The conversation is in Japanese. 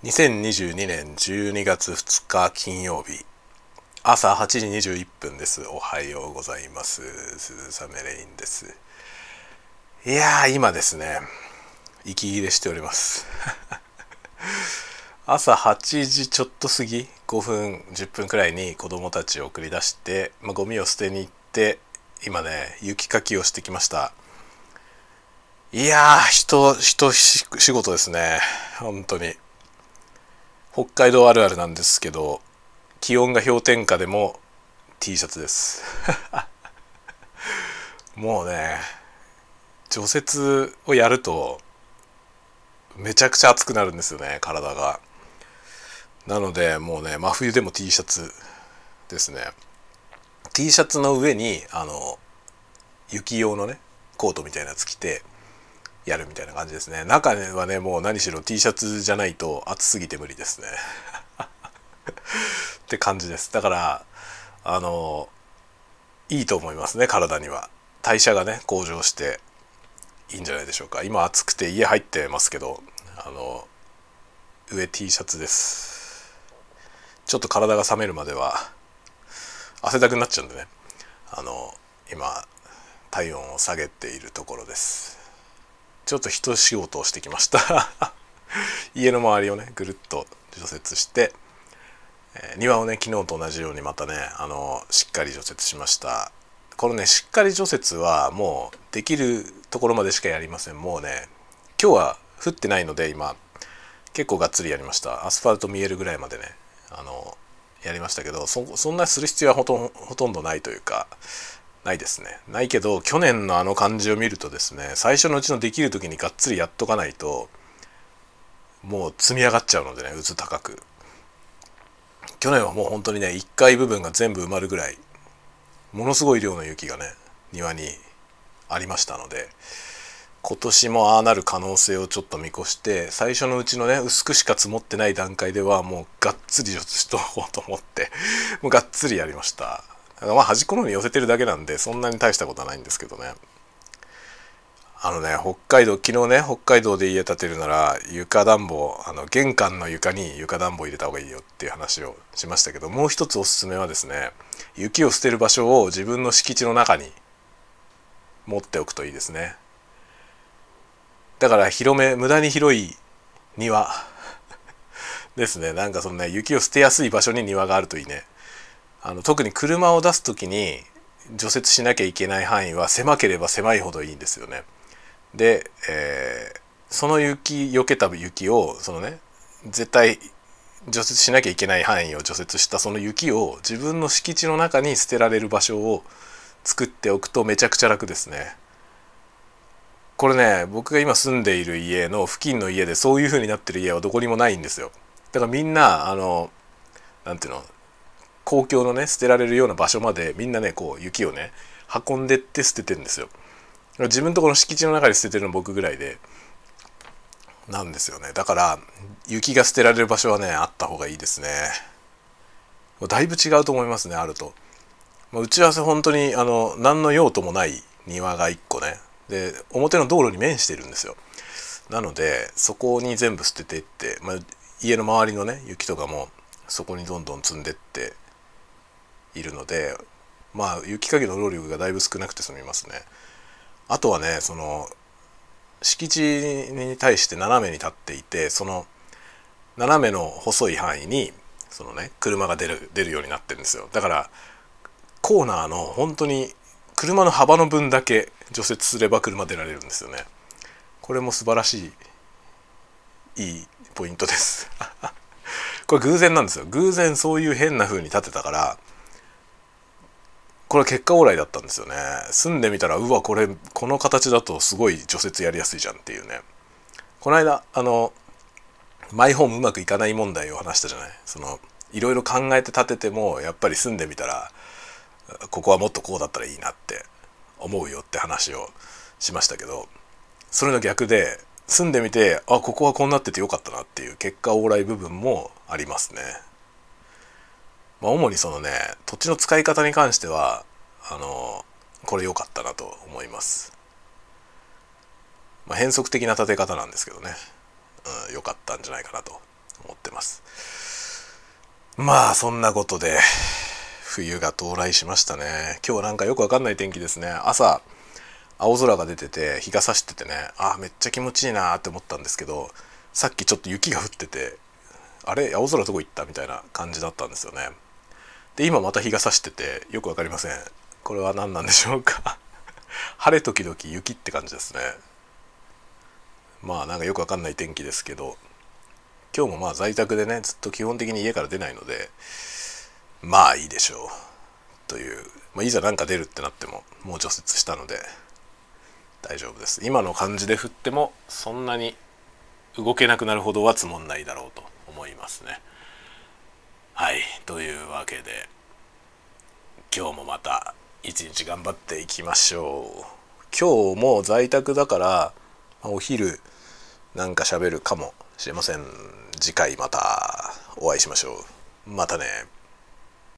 2022年12月2日金曜日朝8時21分です。おはようございます。鈴雨レインです。いやー今ですね、息切れしております朝8時ちょっと過ぎ、5分10分くらいに子供たちを送り出して、ゴミを捨てに行って、今ね雪かきをしてきました。いやー仕事ですね、本当に。北海道あるあるなんですけど、気温が氷点下でも T シャツですもうね、除雪をやるとめちゃくちゃ暑くなるんですよね、体が。なのでもうね、真冬でも T シャツですね。 T シャツの上に雪用のねコートみたいなやつ着てやるみたいな感じですね。中はね、もう何しろ T シャツじゃないと暑すぎて無理ですねって感じです。だからいいと思いますね、体には。代謝がね向上していいんじゃないでしょうか。今暑くて家入ってますけど、上 T シャツです。ちょっと体が冷めるまでは汗だくになっちゃうんでね、今体温を下げているところです。ちょっと一仕事をしてきました家の周りをねぐるっと除雪して、庭をね昨日と同じようにまたねしっかり除雪しました。このねしっかり除雪はもうできるところまでしかやりません。もうね今日は降ってないので今結構がっつりやりました。アスファルト見えるぐらいまでねやりましたけど、そんなする必要はほとんどないというか、ないですね。ないけど去年の感じを見るとですね、最初のうちのできる時にがっつりやっとかないともう積み上がっちゃうのでね、渦高く。去年はもう本当にね1階部分が全部埋まるぐらいものすごい量の雪がね庭にありましたので、今年もああなる可能性をちょっと見越して最初のうちのね薄くしか積もってない段階ではもうがっつり除雪しとこうと思ってもうがっつりやりました。だから端っこの方に寄せてるだけなんでそんなに大したことはないんですけどね。北海道、昨日ね北海道で家建てるなら床暖房、玄関の床に床暖房入れた方がいいよっていう話をしましたけど、もう一つおすすめはですね、雪を捨てる場所を自分の敷地の中に持っておくといいですね。だから無駄に広い庭ですね。なんかそのね雪を捨てやすい場所に庭があるといいね。特に車を出す時に除雪しなきゃいけない範囲は狭ければ狭いほどいいんですよね。で、その避けた雪をそのね絶対除雪しなきゃいけない範囲を除雪したその雪を自分の敷地の中に捨てられる場所を作っておくとめちゃくちゃ楽ですね。これね、僕が今住んでいる家の付近の家でそういう風になってる家はどこにもないんですよ。だからみんななんていうの、公共のね捨てられるような場所までみんなねこう雪をね運んでって捨ててるんですよ。自分のところの敷地の中で捨ててるの僕ぐらいでなんですよね。だから雪が捨てられる場所はねあった方がいいですね。だいぶ違うと思いますね、あると。うちは本当に何の用途もない庭が1個ね、で表の道路に面してるんですよ。なのでそこに全部捨てていって、家の周りのね雪とかもそこにどんどん積んでっているので、雪かきの労力がだいぶ少なくて済みますね。あとはね、その敷地に対して斜めに立っていて、その斜めの細い範囲にそのね車が出るようになってるんですよ。だからコーナーの本当に車の幅の分だけ除雪すれば車出られるんですよね。これも素晴らしいいいポイントですこれ偶然なんですよ。偶然そういう変な風に立てたから、これ結果オーライだったんですよね。住んでみたら、うわこの形だとすごい除雪やりやすいじゃんっていうね。この間マイホームうまくいかない問題を話したじゃない。いろいろ考えて建ててもやっぱり住んでみたらここはもっとこうだったらいいなって思うよって話をしましたけど、それの逆で住んでみて、ここはこうなっててよかったなっていう結果オーライ部分もありますね。主にそのね土地の使い方に関してはこれ良かったなと思います。変則的な建て方なんですけどね、良かったんじゃないかなと思ってます。まあそんなことで冬が到来しましたね。今日なんかよくわかんない天気ですね。朝青空が出てて日が差しててね、めっちゃ気持ちいいなって思ったんですけど、さっきちょっと雪が降ってて、あれ青空どこ行ったみたいな感じだったんですよね。で今また日が差しててよくわかりません。これは何なんでしょうか。晴れ時々雪って感じですね。まあなんかよくわかんない天気ですけど、今日もまあ在宅でねずっと基本的に家から出ないので、まあいいでしょうという、いざなんか出るってなってももう除雪したので大丈夫です。今の感じで降ってもそんなに動けなくなるほどは積もんないだろうと思いますね。はい、というわけで今日もまた一日頑張っていきましょう。今日も在宅だからお昼なんか喋るかもしれません。次回またお会いしましょう。またね。